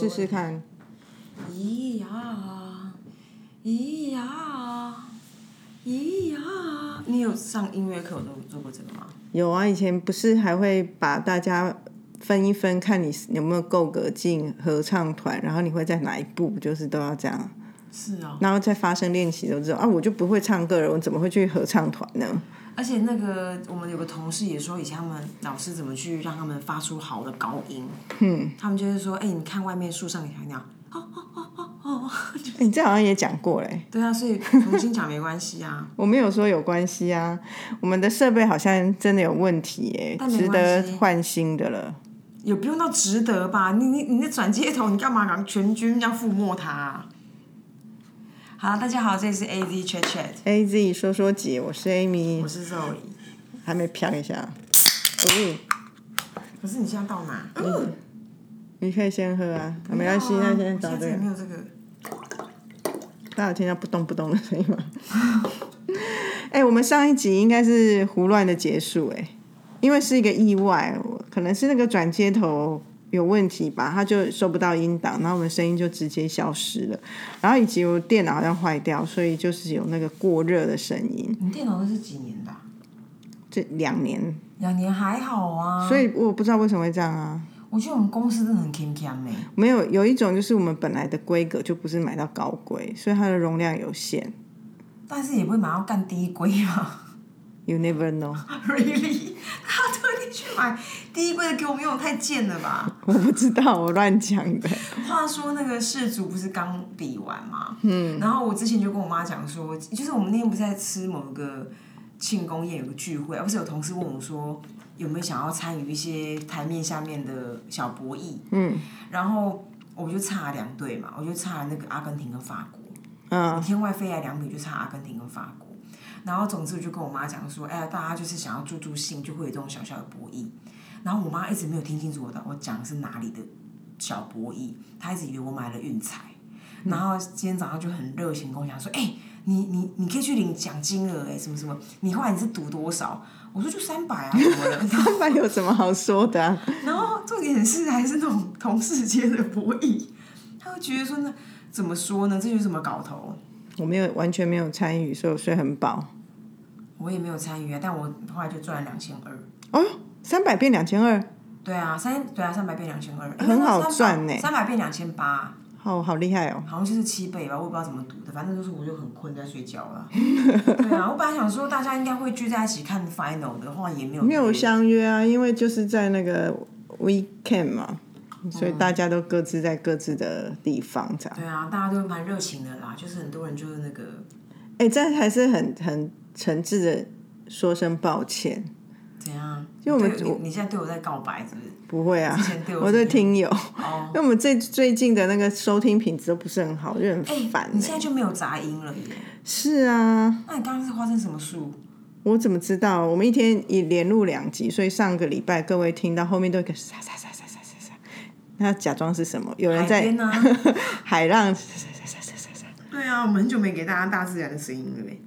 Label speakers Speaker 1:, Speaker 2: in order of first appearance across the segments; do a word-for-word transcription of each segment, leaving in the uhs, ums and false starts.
Speaker 1: 试试看。
Speaker 2: 咿呀，咿呀，咿呀，你有上音乐课有做过这个吗？
Speaker 1: 有啊，以前不是还会把大家分一分，看你有没有够格进合唱团，然后你会在哪一步，就是都要这样。
Speaker 2: 是啊，
Speaker 1: 然后在发声练习都知道啊，我就不会唱歌了，我怎么会去合唱团呢？
Speaker 2: 而且那个我们有个同事也说，以前他们老师怎么去让他们发出好的高音，嗯，他们就是说，哎、欸，你看外面树上有小鸟，哦哦哦哦哦，
Speaker 1: 欸、你这好像也讲过嘞。
Speaker 2: 对啊，所以重新讲没关系啊。
Speaker 1: 我没有说有关系啊，我们的设备好像真的有问题耶，值得换新的了。
Speaker 2: 也不用到值得吧？你你你那转接头，你干嘛让全军要覆没它、啊？好，大家好，这里是 A Z Chat Chat。A
Speaker 1: Z 说说姐，我是 Amy，
Speaker 2: 我是 Zoe。
Speaker 1: 还没飘一下。嗯。
Speaker 2: 可是你现在到哪？
Speaker 1: 嗯。你可以先喝啊，啊没关系，那先找这个。
Speaker 2: 没有这个。
Speaker 1: 大家有听到不动不动的声音吗？哎、欸，我们上一集应该是胡乱的结束哎、欸，因为是一个意外，可能是那个转接头有问题吧，它就收不到音档，然后我们声音就直接消失了。然后以及我电脑好像坏掉，所以就是有那个过热的声音。
Speaker 2: 你电脑那是几年的、啊？
Speaker 1: 这两年。
Speaker 2: 两年还好啊。
Speaker 1: 所以我不知道为什么会这样啊。
Speaker 2: 我觉得我们公司真的很欠欠欸。
Speaker 1: 没有，有一种就是我们本来的规格就不是买到高规，所以它的容量有限。
Speaker 2: 但是也不会买到干低规嘛。
Speaker 1: You never know.
Speaker 2: Really？ 他特地去买低规的给我们用，太贱了吧？
Speaker 1: 我不知道，我乱讲的。
Speaker 2: 话说那个世足不是刚比完嘛？嗯。然后我之前就跟我妈讲说，就是我们那天不是在吃某个庆功宴，有个聚会，不是有同事问我说，有没有想要参与一些台面下面的小博弈？嗯。然后我就差了两队嘛，我就差了那个阿根廷跟法国。嗯。天外飞来两笔，就差阿根廷跟法国。然后总之我就跟我妈讲说，哎呀，大家就是想要助助兴，就会有这种小小的博弈。然后我妈一直没有听清楚我的，我讲的是哪里的小博弈，她一直以为我买了运彩。然后今天早上就很热情跟我讲说，哎、欸，你你你可以去领奖金了，哎，什么什么，你后来你是赌多少？我说就三百啊，怎么了？
Speaker 1: 三百有什么好说的、啊？
Speaker 2: 然后重点是还是那种同事间的博弈，他会觉得说那怎么说呢？这就是什么搞头？
Speaker 1: 我没有完全没有参与，所以我睡很饱。
Speaker 2: 我也没有参与啊，但我后来就赚了两千二。
Speaker 1: 哦，三百变两千二。
Speaker 2: 对啊，三对啊，三百变两千二，
Speaker 1: 很好赚呢。
Speaker 2: 三百变两千八，
Speaker 1: 好好厉害哦。
Speaker 2: 好像就是七倍吧，我也不知道怎么赌的，反正就是我就很困在睡觉了。对啊，我本来想说大家应该会聚在一起看 final 的，后来也没有。
Speaker 1: 没有相约啊，因为就是在那个 weekend 嘛，所以大家都各自在各自的地方这样。
Speaker 2: 对啊，大家都蛮热情的啦，就是很多人就是那个。
Speaker 1: 哎、欸，这还是很很诚挚的说声抱歉。
Speaker 2: 怎样？
Speaker 1: 因为我们
Speaker 2: 你你现在对我在告白是不是？
Speaker 1: 不会啊，
Speaker 2: 我,
Speaker 1: 我对听友，
Speaker 2: 哦、
Speaker 1: 因为我们最最近的那个收听品质都不是很好，就很烦、欸。
Speaker 2: 你现在就没有杂音了耶？
Speaker 1: 是啊。
Speaker 2: 那你刚刚是发生什么树？
Speaker 1: 我怎么知道？我们一天已连录两集，所以上个礼拜各位听到后面都一个沙沙沙沙沙沙沙，那假装是什么？有人在
Speaker 2: 海, 啊、
Speaker 1: 海浪沙沙沙沙沙沙。
Speaker 2: 对啊，我们很久没给大家大自然的声音了嘞。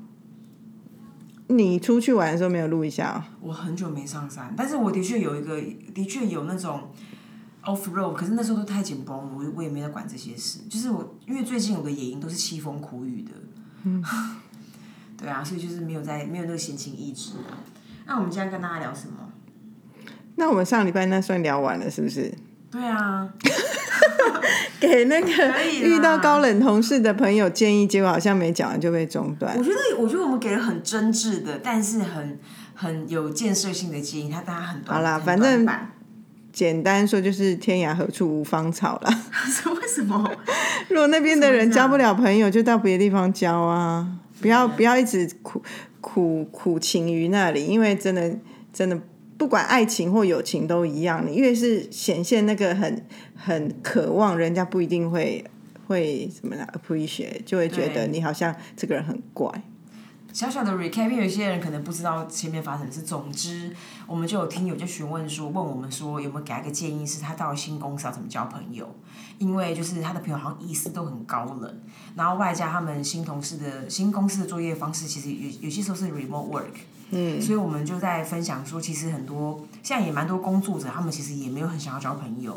Speaker 1: 你出去玩的时候没有录一下、哦？
Speaker 2: 我很久没上山，但是我的确有一个，的确有那种 off road， 可是那时候都太紧绷了，我我也没在管这些事。就是我因为最近有个野营都是凄风苦雨的，嗯，对啊，所以就是没有在没有那个闲情逸致啊。那我们今天跟大家聊什么？
Speaker 1: 那我们上礼拜那算聊完了是不是？
Speaker 2: 对啊。
Speaker 1: 给那个遇到高冷同事的朋友建议，结果好像没讲完就被中断。
Speaker 2: 我觉得，我觉得我们给了很真挚的，但是很很有建设性的建议，他大家很短。
Speaker 1: 好啦，反正简单说就是天涯何处无芳草啦。
Speaker 2: 为什么？
Speaker 1: 如果那边的人交不了朋友，就到别的地方交啊！不要不要一直苦苦苦情于那里，因为真的真的。不管爱情或友情都一样，你越是显现那个很很渴望，人家不一定会会什么呢 appreciate， 就会觉得你好像这个人很怪。
Speaker 2: 小小的 recap， 因为有些人可能不知道前面发生的事。总之，我们就有听友就询问说，问我们说有没有给他一个建议，是他到了新公司要怎么交朋友？因为就是他的朋友好像意思都很高冷，然后外加他们新同事的新公司的作业方式，其实有有些时候是 remote work。嗯，所以我们就在分享说，其实很多现在也蛮多工作者，他们其实也没有很想要交朋友，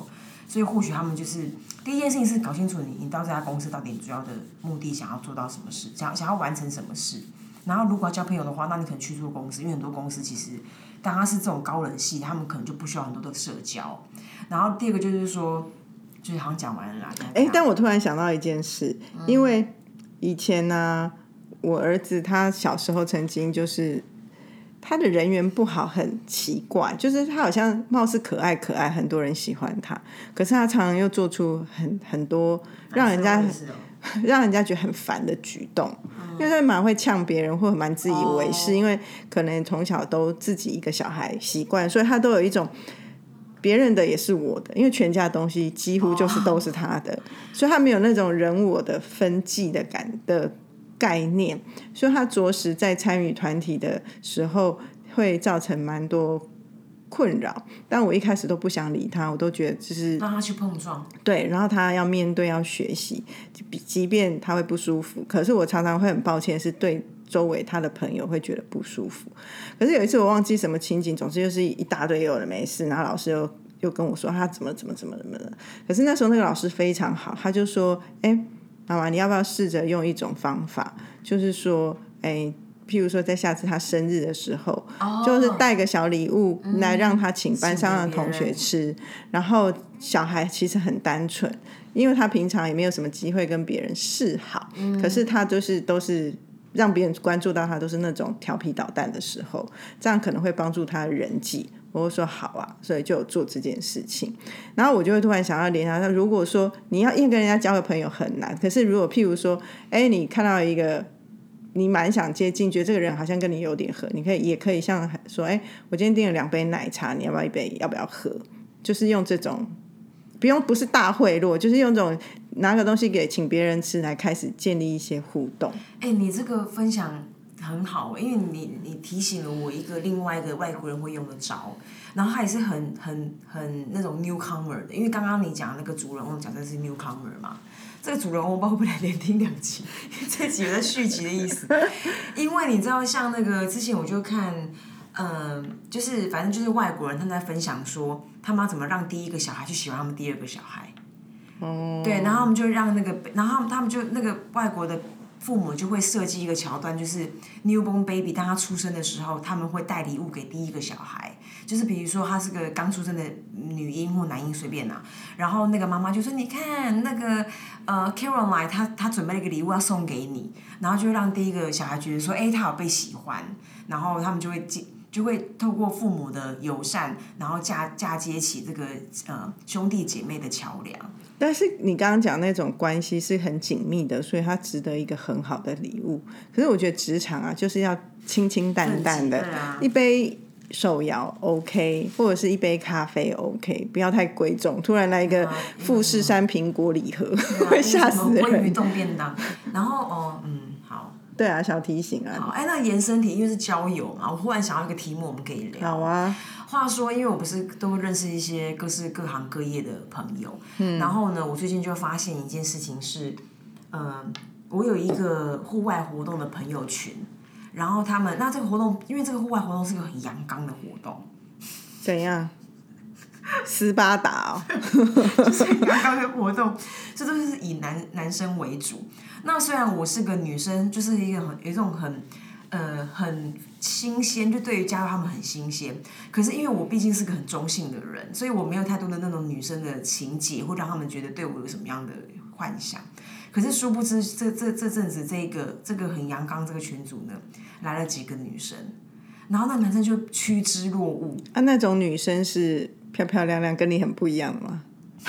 Speaker 2: 所以或许他们就是第一件事情是搞清楚你你到这家公司到底主要的目的想要做到什么事，想想要完成什么事。然后如果要交朋友的话，那你可能去错公司，因为很多公司其实当它是这种高人系，他们可能就不需要很多的社交。然后第二个就是说，就是好像讲完了啦。
Speaker 1: 哎，但我突然想到一件事，嗯、因为以前呢、啊，我儿子他小时候曾经就是他的人缘不好，很奇怪，就是他好像貌似可爱可爱，很多人喜欢他，可是他常常又做出很很多让人家、让人家觉得很烦的举动。因为他蛮会呛别人，或者蛮自以为是、哦，因为可能从小都自己一个小孩习惯，所以他都有一种别人的也是我的，因为全家的东西几乎就是都是他的，哦、所以他没有那种人我的分际的感的概念，所以他着实在参与团体的时候会造成蛮多困扰，但我一开始都不想理他，我都觉得就是
Speaker 2: 让他去碰撞，
Speaker 1: 对，然后他要面对要学习，即便他会不舒服，可是我常常会很抱歉是对周围他的朋友会觉得不舒服。可是有一次我忘记什么情景，总之就是一大堆有的没事，然后老师又又跟我说他怎么怎么怎么怎么了，可是那时候那个老师非常好，他就说哎，妈妈你要不要试着用一种方法，就是说哎，譬如说在下次他生日的时候、oh, 就是带个小礼物来让他请班上的同学吃、嗯、然后小孩其实很单纯，因为他平常也没有什么机会跟别人示好、嗯、可是他就是都是让别人关注到他都是那种调皮捣蛋的时候，这样可能会帮助他的人际。我会说好啊，所以就有做这件事情。然后我就会突然想要联想到，如果说你要硬跟人家交个朋友很难，可是如果譬如说哎，你看到一个你蛮想接近，觉得这个人好像跟你有点合，你可以也可以像说哎，我今天订了两杯奶茶，你要不要一杯，要不要喝，就是用这种不用不是大贿赂，就是用这种拿个东西给请别人吃来开始建立一些互动。
Speaker 2: 哎，你这个分享很好，因为你你提醒了我一个另外一个外国人会用的招，然后他也是很很很那种 newcomer 的，因为刚刚你讲那个主人翁讲的是 newcomer 嘛，这个主人翁会不会来连听两集？这集有在续集的意思，因为你知道像那个之前我就看，嗯、呃，就是反正就是外国人他们在分享说他们要怎么让第一个小孩去喜欢他们第二个小孩，哦，对，然后他们就让那个，然后他们就那个外国的父母就会设计一个桥段，就是 newborn baby 当他出生的时候，他们会带礼物给第一个小孩，就是比如说他是个刚出生的女婴或男婴随便拿，然后那个妈妈就说你看那个呃 Caroline 她她准备了一个礼物要送给你，然后就让第一个小孩觉得说哎他有被喜欢，然后他们就会就会透过父母的友善，然后嫁嫁接起这个呃兄弟姐妹的桥梁。
Speaker 1: 但是你刚刚讲那种关系是很紧密的，所以它值得一个很好的礼物。可是我觉得职场啊，就是要清清淡淡的，啊、一杯手摇 OK， 或者是一杯咖啡 OK， 不要太贵重。突然来一个富士山苹果礼盒，啊、会吓死人。
Speaker 2: 鲑鱼冻便当，然后哦嗯好。
Speaker 1: 对啊，小提醒啊。
Speaker 2: 好，哎，那延伸题因为是交友嘛，我忽然想到一个题目，我们可以聊。
Speaker 1: 好啊。
Speaker 2: 话说，因为我不是都会认识一些各式各行各业的朋友，嗯，然后呢，我最近就发现一件事情是，呃，我有一个户外活动的朋友群，然后他们那这个活动，因为这个户外活动是个很阳刚的活动，
Speaker 1: 怎样？斯巴达哦，
Speaker 2: 就是很阳刚的活动，这都是以男男生为主。那虽然我是个女生，就是一个很有一种很呃很新鲜，就对于加入他们很新鲜。可是因为我毕竟是个很中性的人，所以我没有太多的那种女生的情节，或让他们觉得对我有什么样的幻想。可是殊不知这这这阵子这个这个很阳刚这个群组呢，来了几个女生，然后那男生就趋之若鹜。
Speaker 1: 啊，那种女生是漂漂亮亮，跟你很不一样的吗？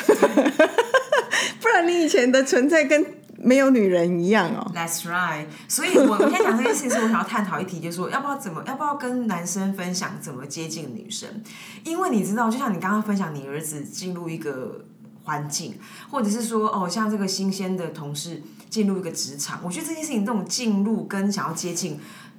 Speaker 1: 不然你以前的存在跟没有女人一样哦。
Speaker 2: That's right。 所以我我现在讲这件事情是我想要探讨一题，就是说要不要怎么要不要跟男生分享怎么接近女生。因为你知道就像你刚刚分享你儿子进入一个环境，或者是说哦像这个新鲜的同事进入一个职场，我觉得这件事情这种进入跟想要接近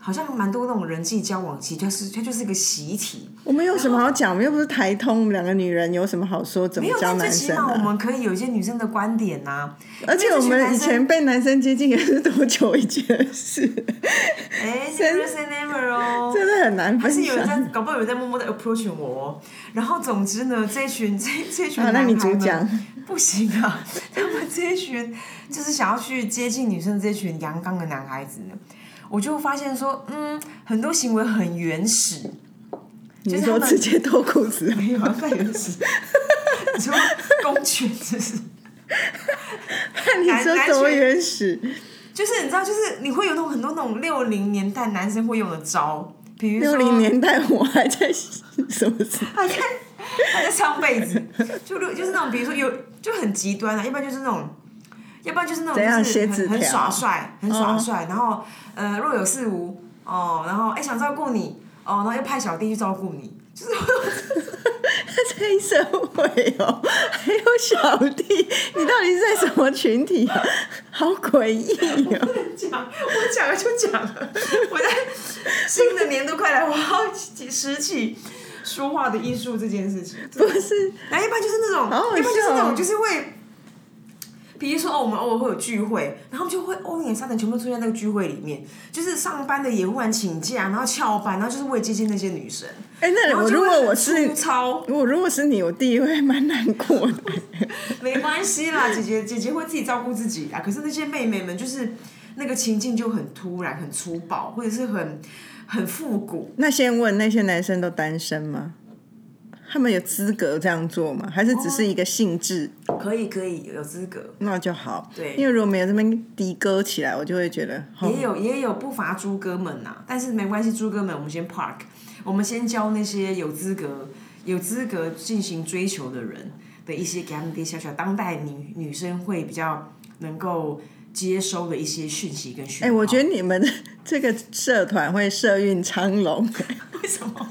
Speaker 2: 好像蛮多那种人际交往，其实就是它就是一个习题。
Speaker 1: 我们有什么好讲？我们又不是台通，我们两个女人有什么好说怎么教男生、啊、
Speaker 2: 没有，但最起码我们可以有一些女生的观点啊。
Speaker 1: 而且我们以前被男生接近也是多久以前的事？
Speaker 2: 哎 ，never say never 哦，
Speaker 1: 真的很难分享。
Speaker 2: 还是有人在，搞不好有人在默默的 approach 我、哦。然后总之呢，这群这这群男孩们、啊、那你主讲不行啊，他们这群就是想要去接近女生的这群阳刚的男孩子呢。我就发现说，嗯，很多行为很原始。
Speaker 1: 你说直接脱裤子？
Speaker 2: 没有啊，太原始。你说公权就是？
Speaker 1: 那你说多原始？
Speaker 2: 就是你知道，就是你会有那种很多那种六零年代男生会用的招，比如说
Speaker 1: 六零年代我还在什么时？
Speaker 2: 还在还在唱被子，就就是那种比如说有就很极端啊，一般就是那种。要不然就是那种就是很很耍帅，很耍帅，然后呃若有似无哦，然后哎想照顾你哦，然后又派小弟去照顾你，就是
Speaker 1: 黑社会哦，还有小弟，你到底是在什么群体啊？好诡异哦！
Speaker 2: 我讲，我讲了就讲了，我在新的年度快来，我要拾起说话的艺术这件事情。
Speaker 1: 不是，
Speaker 2: 然后一般就是那种，
Speaker 1: 好好笑哦、
Speaker 2: 一般就是那种就是会。比如说哦，我们偶尔会有聚会，然后就会欧阳沙尘全部出现在那个聚会里面，就是上班的也忽然请假，然后翘班，然后就是为了接近那些女生。
Speaker 1: 哎、欸，那我如果我是
Speaker 2: 超，
Speaker 1: 我如果是你，我弟会蛮难过的。
Speaker 2: 没关系啦，姐姐姐姐会自己照顾自己啦。可是那些妹妹们就是那个情境就很突然、很粗暴，或者是很很复古。
Speaker 1: 那先问那些男生都单身吗？他们有资格这样做吗？还是只是一个性质？
Speaker 2: 哦、可以可以有资格，
Speaker 1: 那就好。
Speaker 2: 对，
Speaker 1: 因为如果没有这边的哥起来，我就会觉得、
Speaker 2: 哦、也有也有不乏猪哥们呐、啊，但是没关系，猪哥们我们先 park， 我们先教那些有资格有资格进行追求的人的一些给他们一些小小当代女女生会比较能够接收的一些讯息跟讯号。
Speaker 1: 哎、欸，我觉得你们这个社团会社运昌隆。
Speaker 2: 为什么？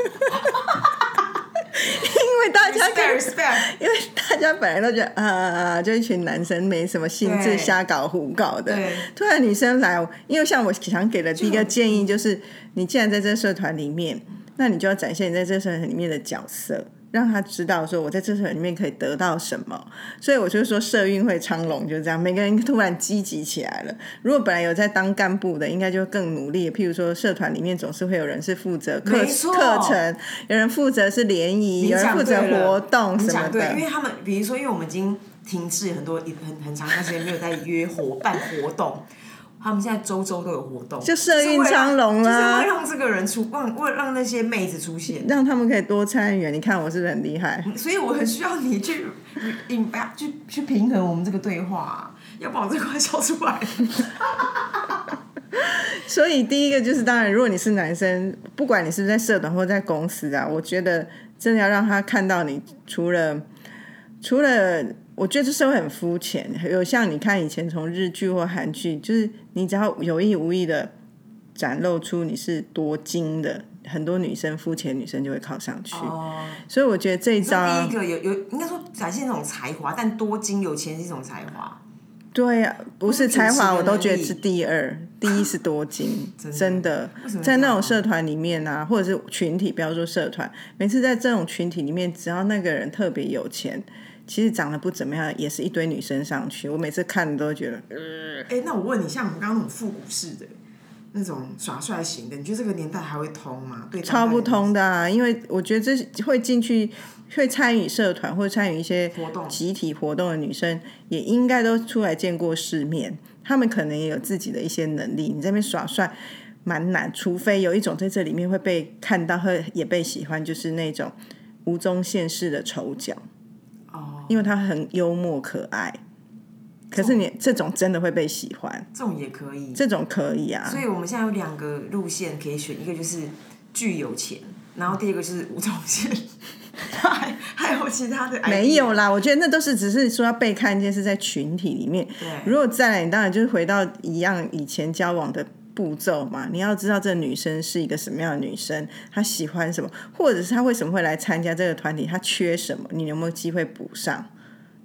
Speaker 1: 因为大家因为大家本来都觉得啊，就一群男生没什么兴致，瞎搞胡搞的。突然女生来，因为像我想给的第一个建议就是，你既然在这个社团里面，那你就要展现你在这个社团里面的角色。让他知道说我在这社团里面可以得到什么，所以我就说社运会昌隆就这样，每个人突然积极起来了。如果本来有在当干部的，应该就更努力。譬如说社团里面总是会有人是负责课课程，有人负责是联谊，有人负责活动什么的。
Speaker 2: 因为他们比如说，因为我们已经停滞很多很很长一段时间没有在约伙伴活动。他们现在周周都有活动，
Speaker 1: 就社运昌隆啦，
Speaker 2: 就是会让这个人出，让为让那些妹子出现，
Speaker 1: 让他们可以多参与。你看我是不是很厉害？
Speaker 2: 所以我很需要你去引发、去去平衡我们这个对话、啊，要不然我这块笑出来。
Speaker 1: 所以第一个就是，当然，如果你是男生，不管你是不是在社团或在公司啊，我觉得真的要让他看到你，除了除了。我觉得这社会很肤浅，有像你看以前从日剧或韩剧，就是你只要有意无意的展露出你是多精的，很多女生肤浅女生就会靠上去。哦、所以我觉得这一招，
Speaker 2: 第一个有有应该说展现那种才华，但多精有钱是一种才华。
Speaker 1: 对呀、啊，不是才华，我都觉得是第二，第一是多精，真的, 真的在那种社团里面啊，或者是群体，不要说社团，每次在这种群体里面，只要那个人特别有钱。其实长得不怎么样，也是一堆女生上去。我每次看都觉得，呃，
Speaker 2: 哎、欸，那我问你，像我们刚刚那种复古式的那种耍帅型的，你觉得这个年代还会通吗？对，
Speaker 1: 超不通的啊！因为我觉得这会进去会参与社团或参与一些活动、集体活动的女生，也应该都出来见过世面。她们可能也有自己的一些能力。你在那边耍帅蛮难，除非有一种在这里面会被看到，会也被喜欢，就是那种吴宗宪式的丑角。因为他很幽默可爱，可是你这种真的会被喜欢，
Speaker 2: 这种也可以，
Speaker 1: 这种可以啊。
Speaker 2: 所以我们现在有两个路线可以选，一个就是巨有钱，然后第二个就是吴宗宪，还还有其他的 idea。
Speaker 1: 没有啦，我觉得那都是只是说要被看见是在群体里面。
Speaker 2: 对，
Speaker 1: 如果再来，你当然就是回到一样以前交往的步骤嘛，你要知道这个女生是一个什么样的女生，她喜欢什么，或者是她为什么会来参加这个团体，她缺什么，你有没有机会补上？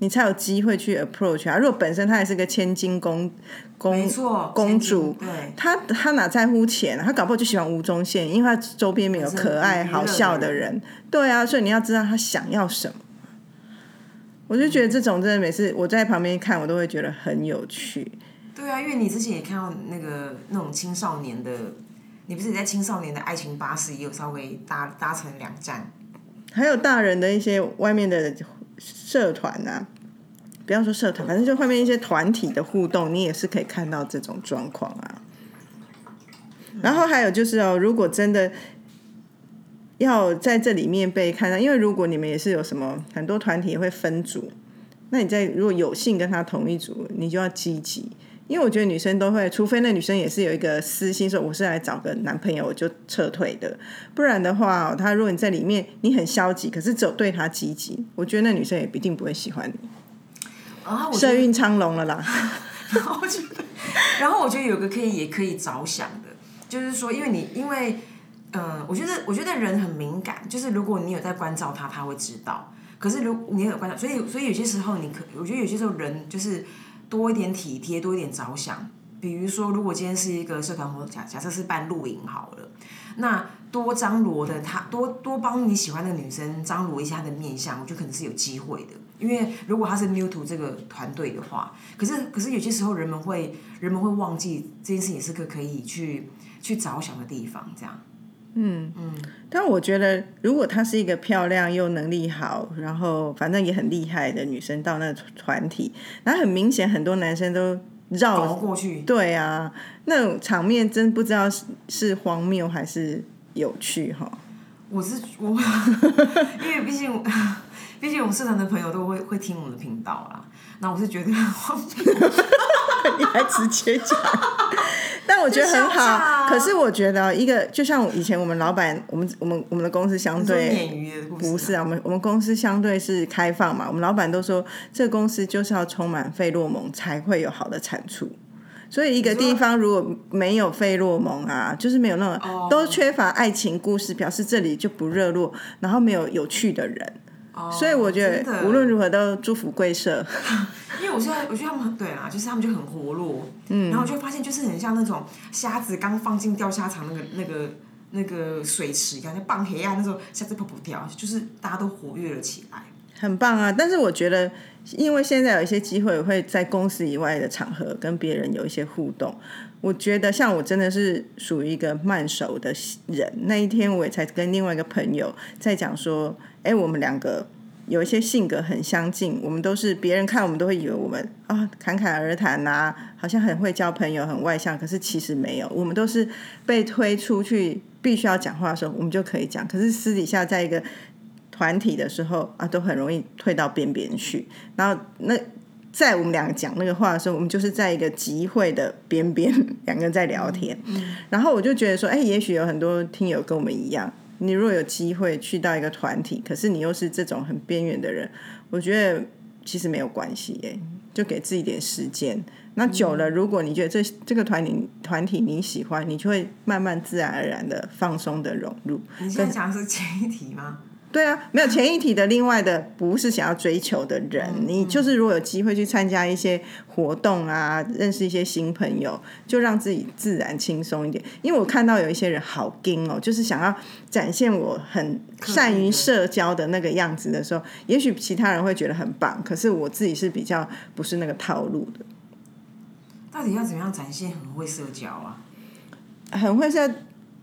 Speaker 1: 你才有机会去 approach 啊。如果本身他也是个千金公公公主，
Speaker 2: 对，
Speaker 1: 他他哪在乎钱啊？他搞不好就喜欢吴宗宪，因为他周边没有可爱好笑的人。对啊，所以你要知道他想要什么。我就觉得这种真的每次我在旁边看，我都会觉得很有趣。
Speaker 2: 对啊，因为你之前也看到那个那种青少年的，你不是也在青少年的爱情巴士也有稍微搭搭成两站，
Speaker 1: 还有大人的一些外面的社团啊。不要说社团，反正就外面一些团体的互动，你也是可以看到这种状况啊。然后还有就是哦，如果真的要在这里面被看到，因为如果你们也是有什么很多团体会分组，那你在如果有幸跟他同一组，你就要积极。因为我觉得女生都会，除非那女生也是有一个私心，说我是来找个男朋友我就撤退的，不然的话，他如果你在里面你很消极，可是只有对他积极，我觉得那女生也一定不会喜欢你。社运昌隆了啦。
Speaker 2: 然后我觉得，然后我觉得有个可以也可以着想的，就是说，因为你因为，呃，我觉得我觉得人很敏感，就是如果你有在关照他，他会知道。可是如你有关照，所以所以有些时候你可，我觉得有些时候人就是多一点体贴，多一点着想。比如说，如果今天是一个社团活动，假假设是办露营好了，那多张罗的他多多帮你喜欢的女生张罗一下她的面相，我觉得可能是有机会的。因为如果他是 new to 这个团队的话，可是可是有些时候人们会人们会忘记这件事情是个可以去去着想的地方，这样。
Speaker 1: 嗯嗯。但我觉得，如果她是一个漂亮又能力好，然后反正也很厉害的女生到那团体，然后很明显很多男生都绕
Speaker 2: 过去。
Speaker 1: 对啊，那种场面真不知道是是荒谬还是有趣哈。
Speaker 2: 我是我，因为毕竟。毕竟我们社团的朋友都会会听我们的频道啦，那我是觉得很荒谬。
Speaker 1: 你还直接讲，但我觉得很好。啊、可是我觉得一个就像以前我们老板，我们我们我们的公司相对不是啊，我们我们公司相对是开放嘛，我们老板都说这个公司就是要充满费洛蒙才会有好的产出。所以一个地方如果没有费洛蒙啊，就是没有那种、oh. 都缺乏爱情故事，表示这里就不热络，然后没有有趣的人。Oh, 所以我觉得无论如何都祝福贵社。
Speaker 2: 因为我现在我觉得他们很对啦，就是他们就很活络，嗯，然后我就发现就是很像那种虾子刚放进钓虾场那个那个那个水池一样，就棒黑啊，那时候虾子噗噗跳，就是大家都活跃了起来，
Speaker 1: 很棒啊！但是我觉得，因为现在有一些机会会在公司以外的场合跟别人有一些互动。我觉得像我真的是属于一个慢熟的人，那一天我也才跟另外一个朋友在讲说，哎，我们两个有一些性格很相近，我们都是别人看我们都会以为我们啊侃侃而谈啊，好像很会交朋友很外向，可是其实没有，我们都是被推出去必须要讲话的时候我们就可以讲，可是私底下在一个团体的时候啊，都很容易退到边边去，然后那在我们两个讲那个话的时候，我们就是在一个集会的边边，两个人在聊天、嗯、然后我就觉得说，哎，也许有很多听友跟我们一样，你如果有机会去到一个团体，可是你又是这种很边缘的人，我觉得其实没有关系耶，就给自己点时间。那久了，如果你觉得这这个团体团体你喜欢，你就会慢慢自然而然的放松的融入。
Speaker 2: 你现在讲的是前一题吗？
Speaker 1: 对啊，没有前一题的另外的不是想要追求的人、嗯、你就是如果有机会去参加一些活动啊，认识一些新朋友，就让自己自然轻松一点。因为我看到有一些人好硬哦，就是想要展现我很善于社交的那个样子的时候，也许其他人会觉得很棒，可是我自己是比较不是那个套路的。
Speaker 2: 到底要怎么样展现很会社交啊？
Speaker 1: 很会社交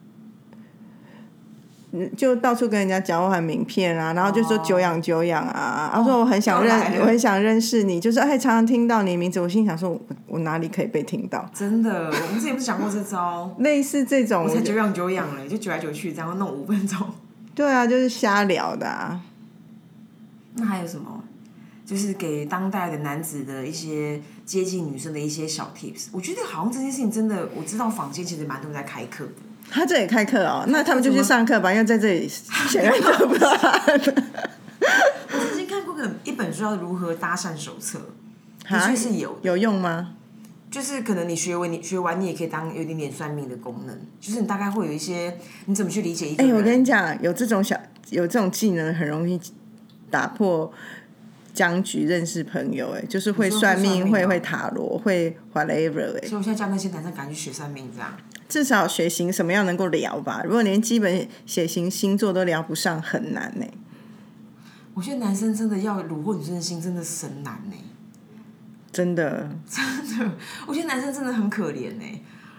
Speaker 1: 就到处跟人家交换名片啊，然后就说久仰久仰啊，然后说我很想认，我很想认识你，就是哎，常常听到你的名字，我心想说我，我哪里可以被听到？
Speaker 2: 真的，我们之前不是讲过这招？
Speaker 1: 类似这种，
Speaker 2: 我才久仰久仰了，就久来久去，这样弄五分钟。
Speaker 1: 对啊，就是瞎聊的啊。
Speaker 2: 那还有什么？就是给当代的男子的一些接近女生的一些小 tips。我觉得好像这件事情真的，我知道坊间其实蛮多人在开课的。
Speaker 1: 他这里开课哦，那他们就去上课吧，因为在这里显然得不到。
Speaker 2: 我曾经看过一本书叫《如何搭讪手册》，的确是有
Speaker 1: 有用吗？
Speaker 2: 就是可能你学完，你学完你也可以当有一点点算命的功能，就是你大概会有一些你怎么去理解一个人。
Speaker 1: 哎，我跟你讲，有这种小有这种技能，很容易打破僵局认识朋友，哎，就是会算命，会会塔罗，会 whatever， 哎。
Speaker 2: 所以我现在叫那些男生赶紧去学算命，这样。
Speaker 1: 至少血型什么样能够聊吧？如果连基本血型星座都聊不上，很难呢。
Speaker 2: 我觉得男生真的要虏获女生的心，真的神难呢。
Speaker 1: 真的，
Speaker 2: 真的，我觉得男生真的很可怜呢。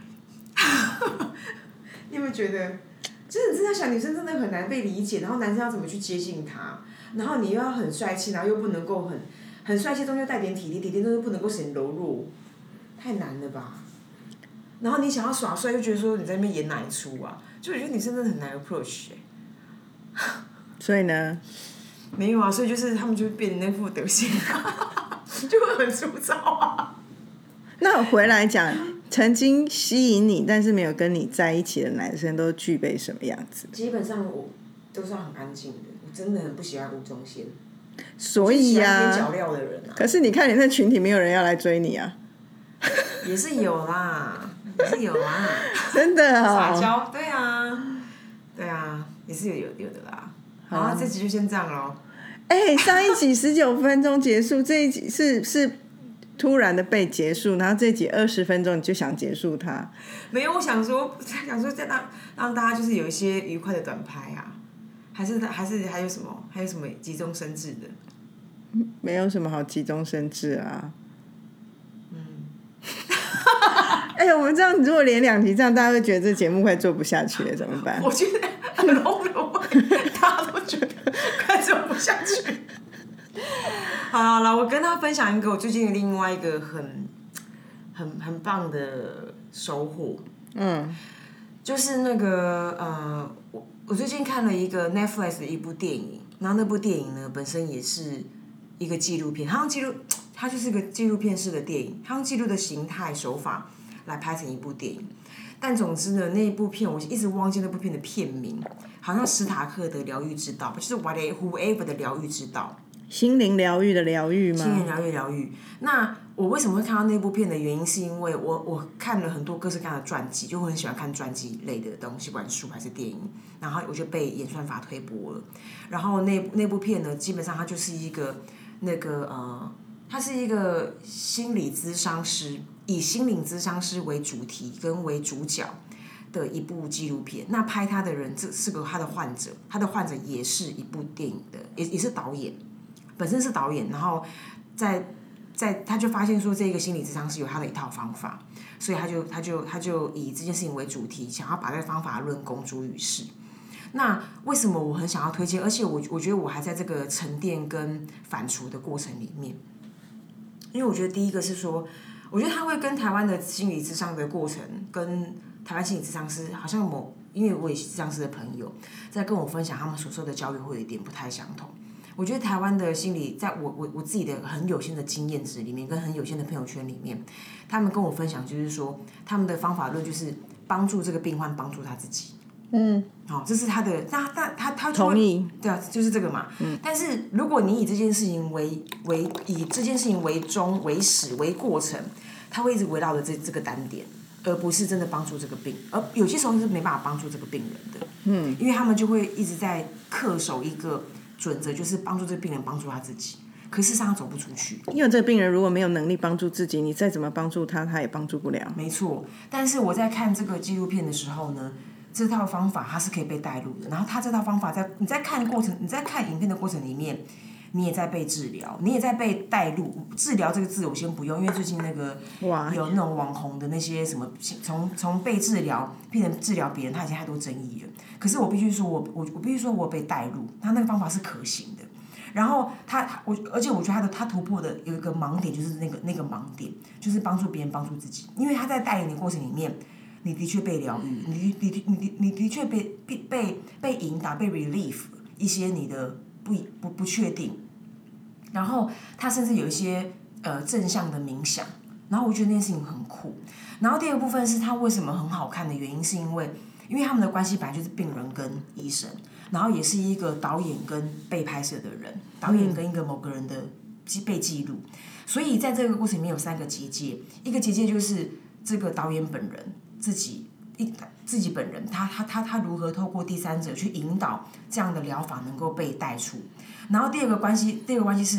Speaker 2: 你有没有觉得？就是你真的想，女生真的很难被理解，然后男生要怎么去接近她？然后你又要很帅气，然后又不能够很很帅气中又带点体力，体力中又不能够显柔弱，太难了吧？然后你想要耍帅，又觉得说你在那边演哪一出啊？就我觉得女生真的很难 approach 哎。
Speaker 1: 所以呢？
Speaker 2: 没有啊，所以就是他们就变成那副德行，就会很粗糙啊。
Speaker 1: 那我回来讲，曾经吸引你但是没有跟你在一起的男生都具备什么样子？
Speaker 2: 基本上我都是很安静的，我真的很不喜欢吴宗宪。
Speaker 1: 所以呀、
Speaker 2: 啊，脚料的人啊。
Speaker 1: 可是你看你那群体没有人要来追你啊。
Speaker 2: 也是有啦，也是有啦。
Speaker 1: 真的哦。
Speaker 2: 撒娇，对啊，对啊，也是有有有的啦。好啊，这集就先这样咯。
Speaker 1: 哎、欸，上一集十九分钟结束，这一集是是突然的被结束，然后这一集二十分钟你就想结束它？
Speaker 2: 没有，我想说，想说再让让大家就是有一些愉快的短拍啊，还是还是还有什么还有什么急中生智的？
Speaker 1: 没有什么好急中生智啊。嗯。哎、欸，我们这样如果连两集这样，大家会觉得这节目快做不下去了，怎么办？
Speaker 2: 我觉得很轰动，大家都觉得快做不下去。好了，我跟他分享一个我最近的另外一个很很很棒的收获。嗯，就是那个呃，我我最近看了一个 Netflix 的一部电影，然后那部电影呢本身也是一个纪录片，它用纪录，它就是一个纪录片式的电影，它用纪录的形态手法来拍成一部电影。但总之呢，那一部片我一直忘记那部片的片名，好像史塔克的疗愈之道，就是 whatever 的疗愈之道。
Speaker 1: 心灵疗愈的疗愈吗？
Speaker 2: 心灵疗愈疗愈。那我为什么会看到那部片的原因，是因为我我看了很多各式各样的传记，就我很喜欢看传记类的东西，不管书还是电影，然后我就被演算法推播了。然后那那部片呢，基本上它就是一个那个呃，它是一个心理咨商师，以心理咨商师为主题跟为主角的一部纪录片。那拍他的人这是个他的患者，他的患者也是一部电影的，也也是导演。本身是导演，然后在在他就发现说这个心理咨商是有他的一套方法，所以他就他就他就以这件事情为主题，想要把这个方法论公诸于世。那为什么我很想要推荐？而且我我觉得我还在这个沉淀跟反刍的过程里面，因为我觉得第一个是说，我觉得他会跟台湾的心理咨商的过程，跟台湾心理咨商师好像某，因为我也是咨商师的朋友，在跟我分享他们所受的教育会有一点不太相同。我觉得台湾的心理，在我我我自己的很有限的经验值里面，跟很有限的朋友圈里面，他们跟我分享就是说，他们的方法论就是帮助这个病患帮助他自己。嗯，好、哦，这是他的，那他他他
Speaker 1: 同意，
Speaker 2: 对啊，就是这个嘛。嗯。但是如果你以这件事情为为以这件事情为终为始为过程，他会一直围绕着这这个单点，而不是真的帮助这个病，而有些时候是没办法帮助这个病人的。嗯，因为他们就会一直在恪守一个准则，就是帮助这个病人帮助他自己，可事实上他走不出去。
Speaker 1: 因为这个病人如果没有能力帮助自己，你再怎么帮助他，他也帮助不了。
Speaker 2: 没错，但是我在看这个纪录片的时候呢，这套方法它是可以被带入的。然后他这套方法在你在看过程，你在看影片的过程里面，你也在被治疗，你也在被带入。治疗这个字我先不用，因为最近那个有那种网红的那些什么，从从被治疗变成治疗别人，他已经太多争议了。可是我必须说我，我我必须说我被带入，他那个方法是可行的。然后他我，而且我觉得他的他突破的有一个盲点，就是那个那个盲点，就是帮助别人帮助自己。因为他在带领的过程里面，你的确被疗愈，你你你你你的确被被被被引导，被 relief 一些你的不不不确定。然后他甚至有一些呃正向的冥想，然后我觉得那件事情很酷。然后第二个部分是他为什么很好看的原因，是因为因为他们的关系本来就是病人跟医生，然后也是一个导演跟被拍摄的人，导演跟一个某个人的被记录，所以在这个过程里面有三个结界，一个结界就是这个导演本人自己一自己本人，他他他他如何透过第三者去引导这样的疗法能够被带出，然后第二个关系，第二个关系是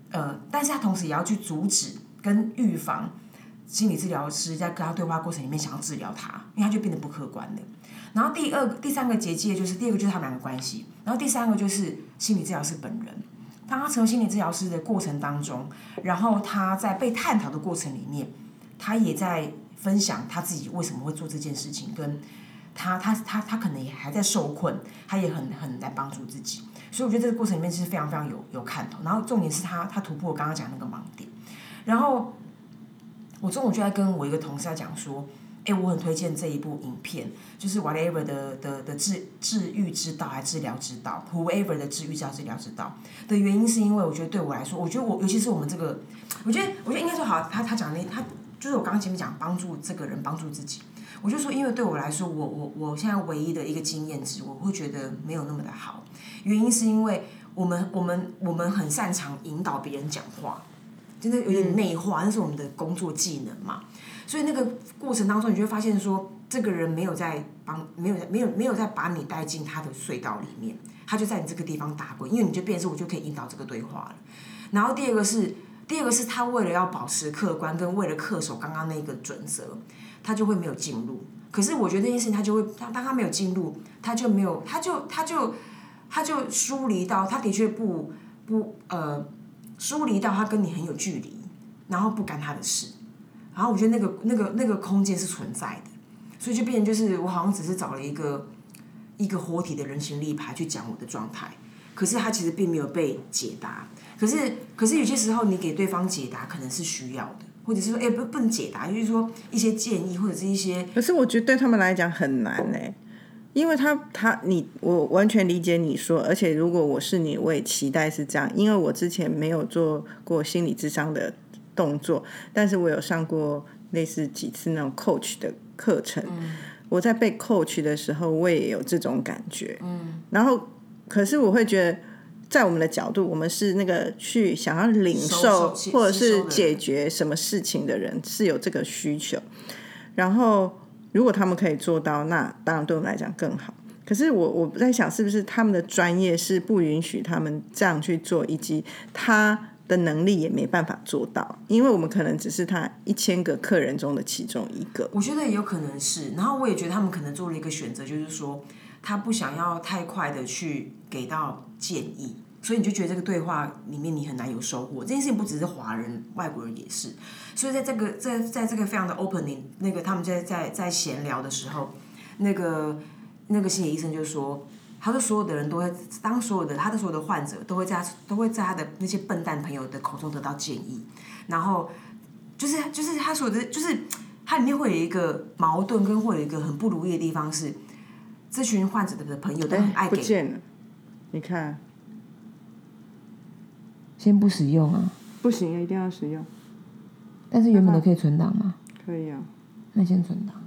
Speaker 2: 呃，但是他同时也要去阻止跟预防心理治疗师在跟他对话过程里面想要治疗他，因为他就变得不客观了。然后第二个、第三个结界就是第二个就是他们两个关系，然后第三个就是心理治疗师本人。当他成为心理治疗师的过程当中，然后他在被探讨的过程里面，他也在分享他自己为什么会做这件事情，跟他他他他可能也还在受困，他也很很在帮助自己。所以我觉得这个过程里面是非常非常有有看头。然后重点是他他突破我刚刚讲那个盲点。然后我中午就在跟我一个同事在讲说，哎，我很推荐这一部影片，就是 whatever 的的的治治愈之道还是治疗之道 ，whoever 的治愈之道治疗之道的原因是因为我觉得对我来说，我觉得我尤其是我们这个，我觉得我觉得应该说好，他他讲的他就是我刚刚前面讲帮助这个人帮助自己，我就说因为对我来说，我我我现在唯一的一个经验值，我会觉得没有那么的好，原因是因为我们我们我们很擅长引导别人讲话。真的有点内化，那是我们的工作技能嘛。所以那个过程当中，你就会发现说，这个人没有在帮，没有没有没有在把你带进他的隧道里面，他就在你这个地方打滚，因为你就变成是我就可以引导这个对话了。然后第二个是，第二个是他为了要保持客观，跟为了恪守刚刚那个准则，他就会没有进入。可是我觉得这件事情，他就会，当他没有进入，他就没有，他就他就他就疏离到，他的确不不呃。疏离到他跟你很有距离，然后不干他的事，然后我觉得那个那个那个空间是存在的，所以就变成就是我好像只是找了一个一个活体的人形立牌去讲我的状态，可是他其实并没有被解答，可是可是有些时候你给对方解答可能是需要的，或者是说哎不不能解答，就是说一些建议或者是一些，
Speaker 1: 可是我觉得对他们来讲很难哎、欸。因为他他你我完全理解你说，而且如果我是你，我也期待是这样。因为我之前没有做过心理諮商的动作，但是我有上过类似几次那种 coach 的课程。嗯、我在被 coach 的时候，我也有这种感觉。嗯、然后，可是我会觉得，在我们的角度，我们是那个去想要领受或者是解决什么事情的人，是有这个需求。然后。如果他们可以做到，那当然对我们来讲更好。可是我我在想，是不是他们的专业是不允许他们这样去做，以及他的能力也没办法做到，因为我们可能只是他一千个客人中的其中一个。
Speaker 2: 我觉得也有可能是，然后我也觉得他们可能做了一个选择，就是说他不想要太快的去给到建议。所以你就觉得这个对话里面你很难有收获，这件事情不只是华人，外国人也是。所以在这个在在这个非常的 opening， 那个他们在在在闲聊的时候，那个那个心理医生就说，他说所有的人都会，当所有的他的所有的患者都会在都会在他的那些笨蛋朋友的口中得到建议，然后就是就是他所有的就是他里面会有一个矛盾，跟会有一个很不如意的地方是，这群患者的朋友都很爱给，
Speaker 1: 不见了，你看。
Speaker 3: 先不使用啊？
Speaker 1: 不行，一定要使用。
Speaker 3: 但是原本的可以存档吗？
Speaker 1: 可以啊。
Speaker 3: 那先存档。